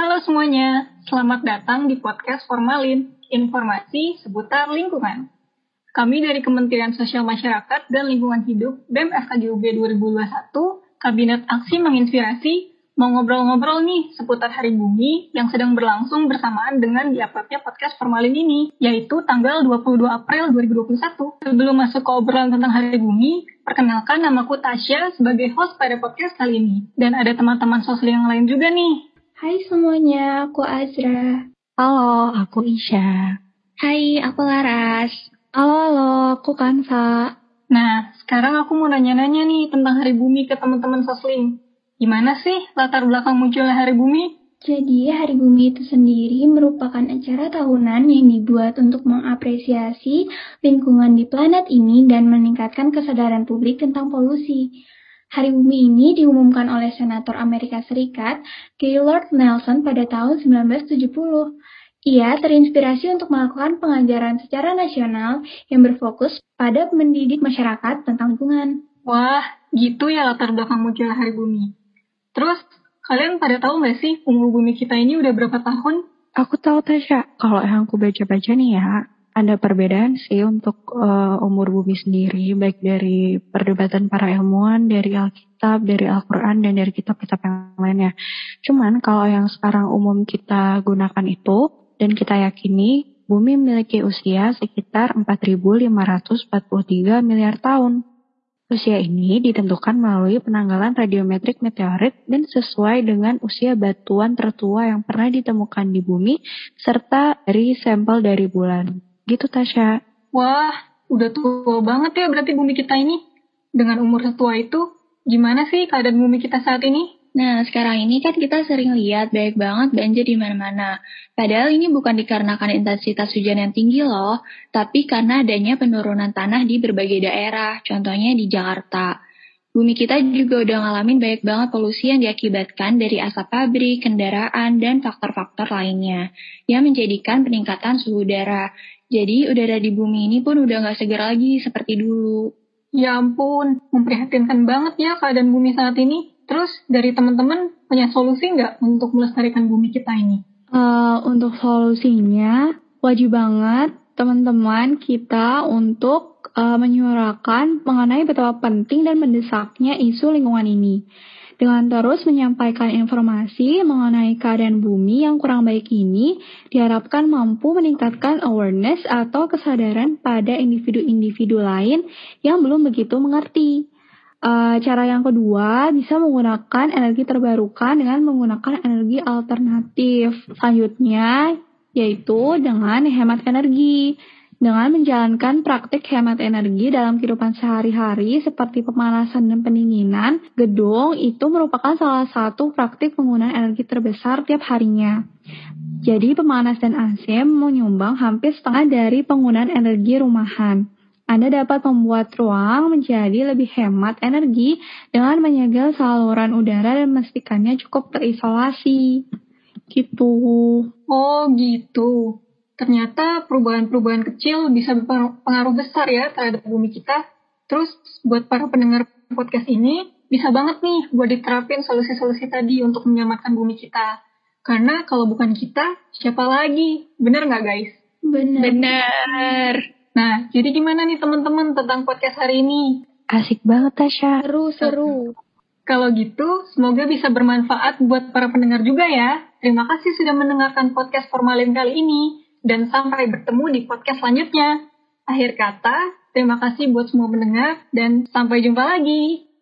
Halo semuanya, selamat datang di podcast Formalin, informasi seputar lingkungan. Kami dari Kementerian Sosial Masyarakat dan Lingkungan Hidup BEM FKGUB 2021, Kabinet Aksi Menginspirasi, mau ngobrol-ngobrol nih seputar Hari Bumi yang sedang berlangsung bersamaan dengan di-uploadnya podcast Formalin ini, yaitu tanggal 22 April 2021. Sebelum masuk ke obrolan tentang Hari Bumi, perkenalkan namaku Tasya sebagai host pada podcast kali ini. Dan ada teman-teman sosli yang lain juga nih. Hai semuanya, aku Azra. Halo, aku Isya. Hai, aku Laras. Halo, aku Kansa. Nah, sekarang aku mau nanya-nanya nih tentang Hari Bumi ke teman-teman sosling. Gimana sih latar belakang munculnya Hari Bumi? Jadi, Hari Bumi itu sendiri merupakan acara tahunan yang dibuat untuk mengapresiasi lingkungan di planet ini dan meningkatkan kesadaran publik tentang polusi. Hari Bumi ini diumumkan oleh Senator Amerika Serikat, Gaylord Nelson pada tahun 1970. Ia terinspirasi untuk melakukan pengajaran secara nasional yang berfokus pada mendidik masyarakat tentang lingkungan. Wah, gitu ya latar belakang munculnya Hari Bumi. Terus, kalian pada tahu nggak sih umur bumi kita ini udah berapa tahun? Aku tahu, Tasya. Kalau yang aku baca-baca nih ya, ada perbedaan sih untuk umur bumi sendiri, baik dari perdebatan para ilmuwan, dari Alkitab, dari Al-Quran, dan dari kitab-kitab yang lainnya. Cuman kalau yang sekarang umum kita gunakan itu, dan kita yakini, bumi memiliki usia sekitar 4.543 miliar tahun. Usia ini ditentukan melalui penanggalan radiometrik meteorit dan sesuai dengan usia batuan tertua yang pernah ditemukan di bumi, serta dari sampel dari bulan. Gitu, Tasya. Wah, udah tua banget ya berarti bumi kita ini. Dengan umur setua itu, gimana sih keadaan bumi kita saat ini? Nah, sekarang ini kan kita sering lihat banyak banget banjir di mana-mana. Padahal ini bukan dikarenakan intensitas hujan yang tinggi loh, tapi karena adanya penurunan tanah di berbagai daerah, contohnya di Jakarta. Bumi kita juga udah ngalamin banyak banget polusi yang diakibatkan dari asap pabrik, kendaraan, dan faktor-faktor lainnya, yang menjadikan peningkatan suhu udara. Jadi, udara di bumi ini pun udah nggak segar lagi seperti dulu. Ya ampun, memprihatinkan banget ya keadaan bumi saat ini. Terus, dari teman-teman punya solusi nggak untuk melestarikan bumi kita ini? Untuk solusinya, wajib banget teman-teman kita untuk menyuarakan mengenai betapa penting dan mendesaknya isu lingkungan ini. Dengan terus menyampaikan informasi mengenai keadaan bumi yang kurang baik ini, diharapkan mampu meningkatkan awareness atau kesadaran pada individu-individu lain yang belum begitu mengerti. Cara yang kedua, bisa menggunakan energi terbarukan dengan menggunakan energi alternatif. Selanjutnya, yaitu dengan hemat energi. Dengan menjalankan praktik hemat energi dalam kehidupan sehari-hari seperti pemanasan dan pendinginan, gedung itu merupakan salah satu praktik penggunaan energi terbesar tiap harinya. Jadi pemanas dan AC menyumbang hampir setengah dari penggunaan energi rumahan. Anda dapat membuat ruang menjadi lebih hemat energi dengan menyegel saluran udara dan memastikannya cukup terisolasi. Gitu. Oh gitu. Ternyata perubahan-perubahan kecil bisa berpengaruh besar ya terhadap bumi kita. Terus buat para pendengar podcast ini, bisa banget nih buat diterapin solusi-solusi tadi untuk menyelamatkan bumi kita. Karena kalau bukan kita, siapa lagi? Bener nggak guys? Bener. Nah, jadi gimana nih teman-teman tentang podcast hari ini? Asik banget, Tasya. Seru. Kalau gitu, semoga bisa bermanfaat buat para pendengar juga ya. Terima kasih sudah mendengarkan podcast Formalin kali ini. Dan sampai bertemu di podcast selanjutnya. Akhir kata, terima kasih buat semua pendengar dan sampai jumpa lagi.